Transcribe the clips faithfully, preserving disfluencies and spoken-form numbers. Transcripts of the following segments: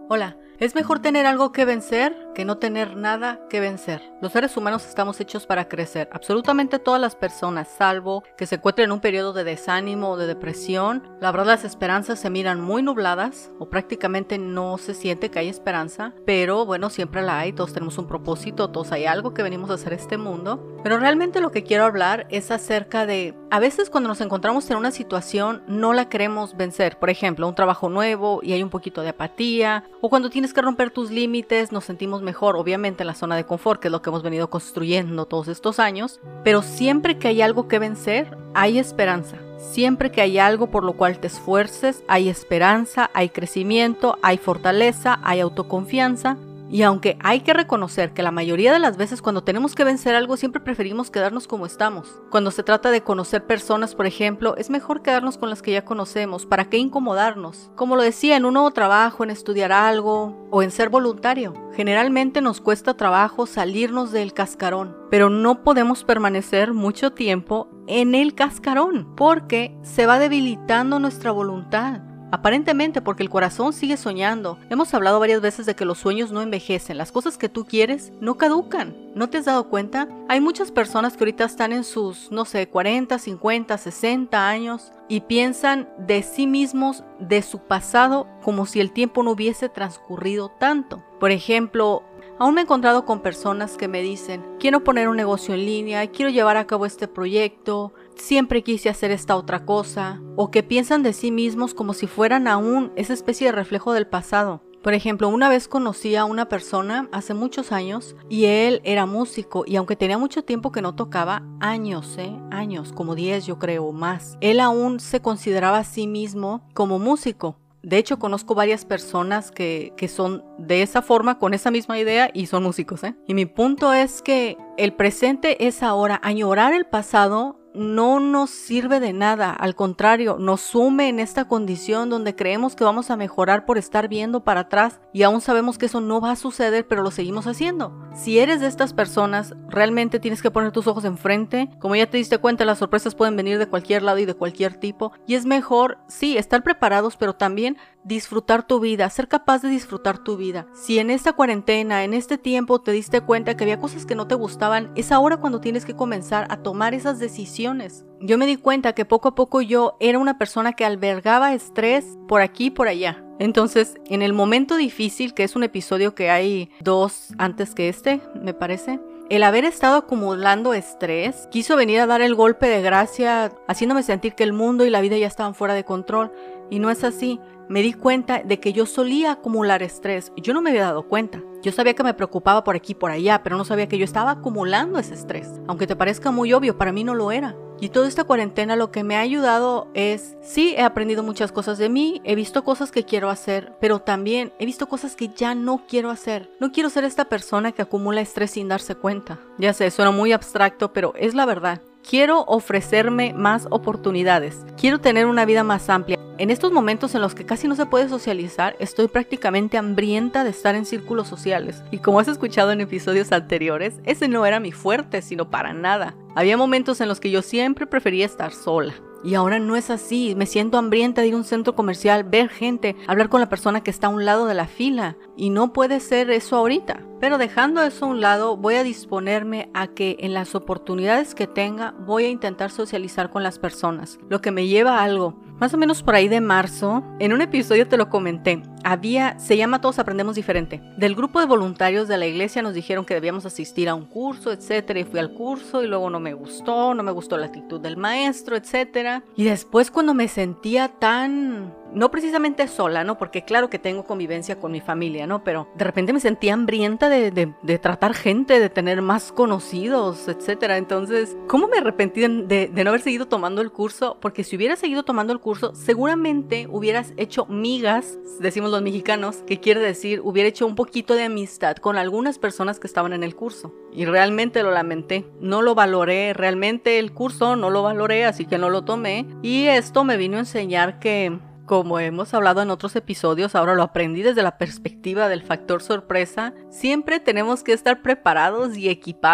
Hola, es mejor tener algo que vencer que no tener nada que vencer. Los seres humanos estamos hechos para crecer. Absolutamente todas las personas, salvo que se encuentren en un periodo de desánimo o de depresión. La verdad, las esperanzas se miran muy nubladas o prácticamente no se siente que hay esperanza. Pero bueno, siempre la hay. Todos tenemos un propósito, todos hay algo que venimos a hacer a este mundo. Pero realmente lo que quiero hablar es acerca de, a veces cuando nos encontramos en una situación no la queremos vencer. Por ejemplo, un trabajo nuevo y hay un poquito de apatía. O cuando tienes que romper tus límites, nos sentimos mejor, obviamente en la zona de confort, que es lo que hemos venido construyendo todos estos años, pero siempre que hay algo que vencer, hay esperanza. Siempre que hay algo por lo cual te esfuerces, hay esperanza, hay crecimiento, hay fortaleza, hay autoconfianza. Y aunque hay que reconocer que la mayoría de las veces cuando tenemos que vencer algo siempre preferimos quedarnos como estamos. Cuando se trata de conocer personas, por ejemplo, es mejor quedarnos con las que ya conocemos. ¿Para qué incomodarnos? Como lo decía, en un nuevo trabajo, en estudiar algo o en ser voluntario. Generalmente nos cuesta trabajo salirnos del cascarón, pero no podemos permanecer mucho tiempo en el cascarón porque se va debilitando nuestra voluntad. Aparentemente porque el corazón sigue soñando. Hemos hablado varias veces de que los sueños no envejecen. Las cosas que tú quieres no caducan. ¿No te has dado cuenta? Hay muchas personas que ahorita están en sus, no sé, cuarenta, cincuenta, sesenta años y piensan de sí mismos, de su pasado, como si el tiempo no hubiese transcurrido tanto. Por ejemplo, aún me he encontrado con personas que me dicen, quiero poner un negocio en línea, quiero llevar a cabo este proyecto, siempre quise hacer esta otra cosa, o que piensan de sí mismos como si fueran aún esa especie de reflejo del pasado. Por ejemplo, una vez conocí a una persona hace muchos años y él era músico y aunque tenía mucho tiempo que no tocaba, años, ¿eh? Años, como diez yo creo o más, él aún se consideraba a sí mismo como músico. De hecho, conozco varias personas que, que son de esa forma, con esa misma idea y son músicos, ¿eh? Y mi punto es que el presente es ahora. Añorar el pasado no nos sirve de nada, al contrario, nos sume en esta condición donde creemos que vamos a mejorar por estar viendo para atrás y aún sabemos que eso no va a suceder, pero lo seguimos haciendo. Si eres de estas personas, realmente tienes que poner tus ojos enfrente. Como ya te diste cuenta, las sorpresas pueden venir de cualquier lado y de cualquier tipo y es mejor, sí, estar preparados, pero también disfrutar tu vida, ser capaz de disfrutar tu vida. Si en esta cuarentena, en este tiempo te diste cuenta que había cosas que no te gustaban, es ahora cuando tienes que comenzar a tomar esas decisiones. Yo me di cuenta que poco a poco yo era una persona que albergaba estrés por aquí y por allá. Entonces, en el momento difícil, que es un episodio que hay dos antes que este, me parece, el haber estado acumulando estrés, quiso venir a dar el golpe de gracia, haciéndome sentir que el mundo y la vida ya estaban fuera de control. Y no es así. Me di cuenta de que yo solía acumular estrés y yo no me había dado cuenta. Yo sabía que me preocupaba por aquí y por allá, pero no sabía que yo estaba acumulando ese estrés. Aunque te parezca muy obvio, para mí no lo era. Y toda esta cuarentena lo que me ha ayudado es, sí, he aprendido muchas cosas de mí, he visto cosas que quiero hacer, pero también he visto cosas que ya no quiero hacer. No quiero ser esta persona que acumula estrés sin darse cuenta. Ya sé, suena muy abstracto, pero es la verdad. Quiero ofrecerme más oportunidades. Quiero tener una vida más amplia. En estos momentos en los que casi no se puede socializar, estoy prácticamente hambrienta de estar en círculos sociales. Y como has escuchado en episodios anteriores, ese no era mi fuerte, sino para nada. Había momentos en los que yo siempre prefería estar sola. Y ahora no es así. Me siento hambrienta de ir a un centro comercial, ver gente, hablar con la persona que está a un lado de la fila. Y no puede ser eso ahorita. Pero dejando eso a un lado, voy a disponerme a que en las oportunidades que tenga, voy a intentar socializar con las personas. Lo que me lleva a algo. Más o menos por ahí de marzo, en un episodio te lo comenté. Había, se llama Todos Aprendemos Diferente. Del grupo de voluntarios de la iglesia nos dijeron que debíamos asistir a un curso, etcétera. Y fui al curso y luego no me gustó, no me gustó la actitud del maestro, etcétera. Y después cuando me sentía tan... no precisamente sola, ¿no? Porque claro que tengo convivencia con mi familia, ¿no? Pero de repente me sentía hambrienta de, de, de tratar gente, de tener más conocidos, etcétera. Entonces, ¿cómo me arrepentí de, de no haber seguido tomando el curso? Porque si hubiera seguido tomando el curso, seguramente hubieras hecho migas, decimos los mexicanos, que quiere decir, hubiera hecho un poquito de amistad con algunas personas que estaban en el curso. Y realmente lo lamenté, no lo valoré, realmente el curso no lo valoré, así que no lo tomé. Y esto me vino a enseñar que... como hemos hablado en otros episodios, ahora lo aprendí desde la perspectiva del factor sorpresa, siempre tenemos que estar preparados y equipados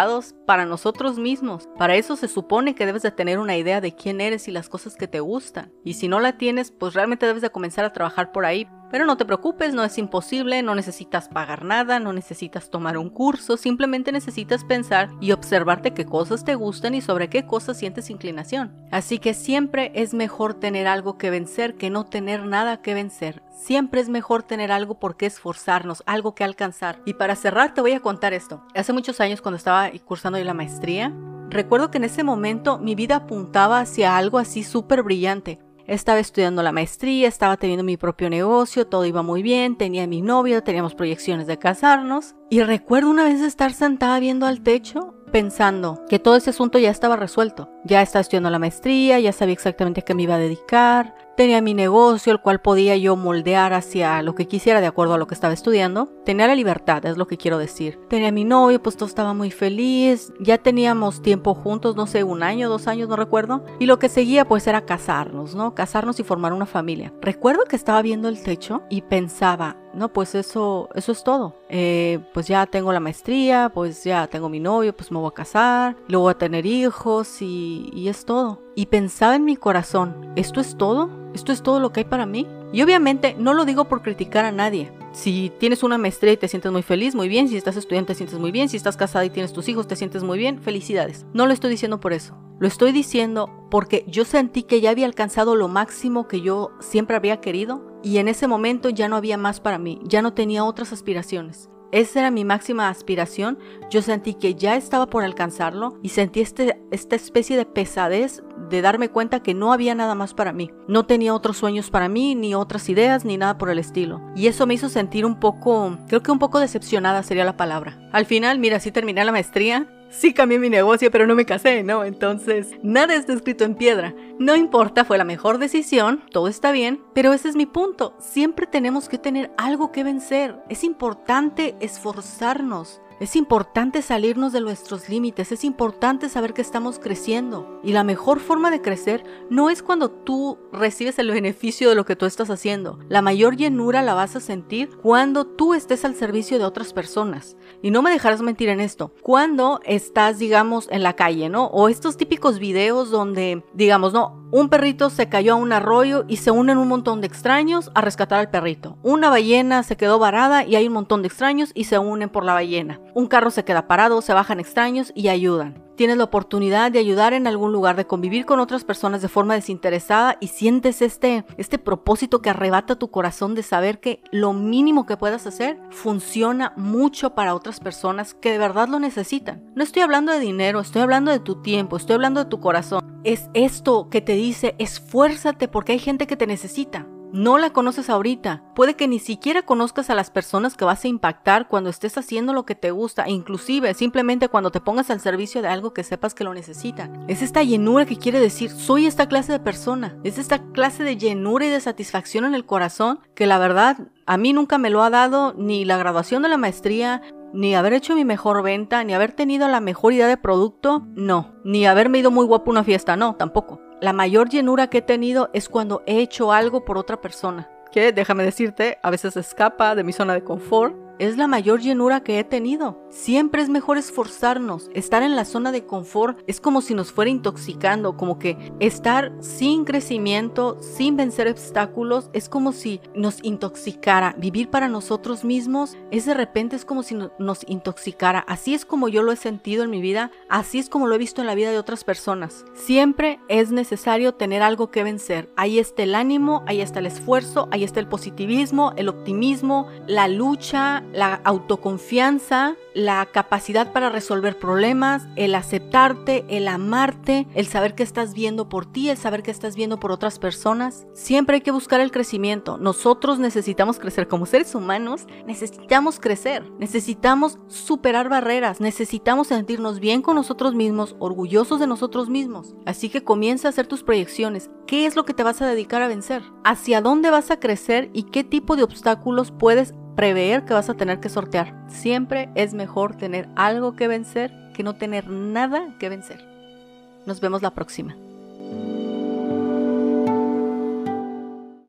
para nosotros mismos. Para eso se supone que debes de tener una idea de quién eres y las cosas que te gustan. Y si no la tienes, pues realmente debes de comenzar a trabajar por ahí. Pero no te preocupes, no es imposible, no necesitas pagar nada, no necesitas tomar un curso, simplemente necesitas pensar y observarte qué cosas te gustan y sobre qué cosas sientes inclinación. Así que siempre es mejor tener algo que vencer que no tener nada que vencer. Siempre es mejor tener algo por qué esforzarnos, algo que alcanzar. Y para cerrar te voy a contar esto. Hace muchos años cuando estaba cursando yo la maestría, recuerdo que en ese momento mi vida apuntaba hacia algo así súper brillante. Estaba estudiando la maestría, estaba teniendo mi propio negocio, todo iba muy bien, tenía a mi novio, teníamos proyecciones de casarnos. Y recuerdo una vez estar sentada viendo al techo, pensando que todo ese asunto ya estaba resuelto. Ya estaba estudiando la maestría, ya sabía exactamente a qué me iba a dedicar. Tenía mi negocio, el cual podía yo moldear hacia lo que quisiera de acuerdo a lo que estaba estudiando. Tenía la libertad, es lo que quiero decir. Tenía a mi novio, pues todo estaba muy feliz. Ya teníamos tiempo juntos, no sé, un año, dos años, no recuerdo. Y lo que seguía pues era casarnos, ¿no? Casarnos y formar una familia. Recuerdo que estaba viendo el techo y pensaba, no, pues eso, eso es todo. Eh, pues ya tengo la maestría, pues ya tengo mi novio, pues me voy a casar, luego voy a tener hijos y, y es todo. Y pensaba en mi corazón, ¿esto es todo? ¿Esto es todo lo que hay para mí? Y obviamente no lo digo por criticar a nadie. Si tienes una maestría y te sientes muy feliz, muy bien. Si estás estudiante, te sientes muy bien. Si estás casada y tienes tus hijos, te sientes muy bien. Felicidades. No lo estoy diciendo por eso. Lo estoy diciendo porque yo sentí que ya había alcanzado lo máximo que yo siempre había querido. Y en ese momento ya no había más para mí. Ya no tenía otras aspiraciones. Esa era mi máxima aspiración. Yo sentí que ya estaba por alcanzarlo y sentí este, esta especie de pesadez de darme cuenta que no había nada más para mí. No tenía otros sueños para mí, ni otras ideas, ni nada por el estilo. Y eso me hizo sentir un poco, creo que un poco decepcionada sería la palabra. Al final, mira, sí terminé la maestría. Sí cambié mi negocio, pero no me casé, ¿no? Entonces, nada está escrito en piedra. No importa, fue la mejor decisión, todo está bien, pero ese es mi punto. Siempre tenemos que tener algo que vencer. Es importante esforzarnos. Es importante salirnos de nuestros límites, es importante saber que estamos creciendo. Y la mejor forma de crecer no es cuando tú recibes el beneficio de lo que tú estás haciendo. La mayor llenura la vas a sentir cuando tú estés al servicio de otras personas. Y no me dejarás mentir en esto. Cuando estás, digamos, en la calle, ¿no? O estos típicos videos donde, digamos, no, un perrito se cayó a un arroyo y se unen un montón de extraños a rescatar al perrito. Una ballena se quedó varada y hay un montón de extraños y se unen por la ballena. Un carro se queda parado, se bajan extraños y ayudan. Tienes la oportunidad de ayudar en algún lugar, de convivir con otras personas de forma desinteresada y sientes este, este propósito que arrebata tu corazón de saber que lo mínimo que puedas hacer funciona mucho para otras personas que de verdad lo necesitan. No estoy hablando de dinero, estoy hablando de tu tiempo, estoy hablando de tu corazón. Es esto que te dice, esfuérzate porque hay gente que te necesita. No la conoces ahorita. Puede que ni siquiera conozcas a las personas que vas a impactar cuando estés haciendo lo que te gusta, e inclusive simplemente cuando te pongas al servicio de algo que sepas que lo necesitan. Es esta llenura que quiere decir, soy esta clase de persona. Es esta clase de llenura y de satisfacción en el corazón que la verdad a mí nunca me lo ha dado ni la graduación de la maestría, ni haber hecho mi mejor venta, ni haber tenido la mejor idea de producto, no. Ni haberme ido muy guapo a una fiesta, no, tampoco. La mayor llenura que he tenido es cuando he hecho algo por otra persona, que, déjame decirte, a veces escapa de mi zona de confort. Es la mayor llenura que he tenido. Siempre es mejor esforzarnos. Estar en la zona de confort es como si nos fuera intoxicando, como que estar sin crecimiento, sin vencer obstáculos, es como si nos intoxicara. Vivir para nosotros mismos es de repente es como si no, nos intoxicara. Así es como yo lo he sentido en mi vida, así es como lo he visto en la vida de otras personas. Siempre es necesario tener algo que vencer. Ahí está el ánimo, ahí está el esfuerzo, ahí está el positivismo, el optimismo, la lucha, la autoconfianza, la capacidad para resolver problemas, el aceptarte, el amarte, el saber que estás viendo por ti, el saber que estás viendo por otras personas. Siempre hay que buscar el crecimiento. Nosotros necesitamos crecer como seres humanos, necesitamos crecer, necesitamos superar barreras, necesitamos sentirnos bien con nosotros mismos, orgullosos de nosotros mismos. Así que comienza a hacer tus proyecciones. ¿Qué es lo que te vas a dedicar a vencer? ¿Hacia dónde vas a crecer y qué tipo de obstáculos puedes prever que vas a tener que sortear? Siempre es mejor tener algo que vencer que no tener nada que vencer. Nos vemos la próxima.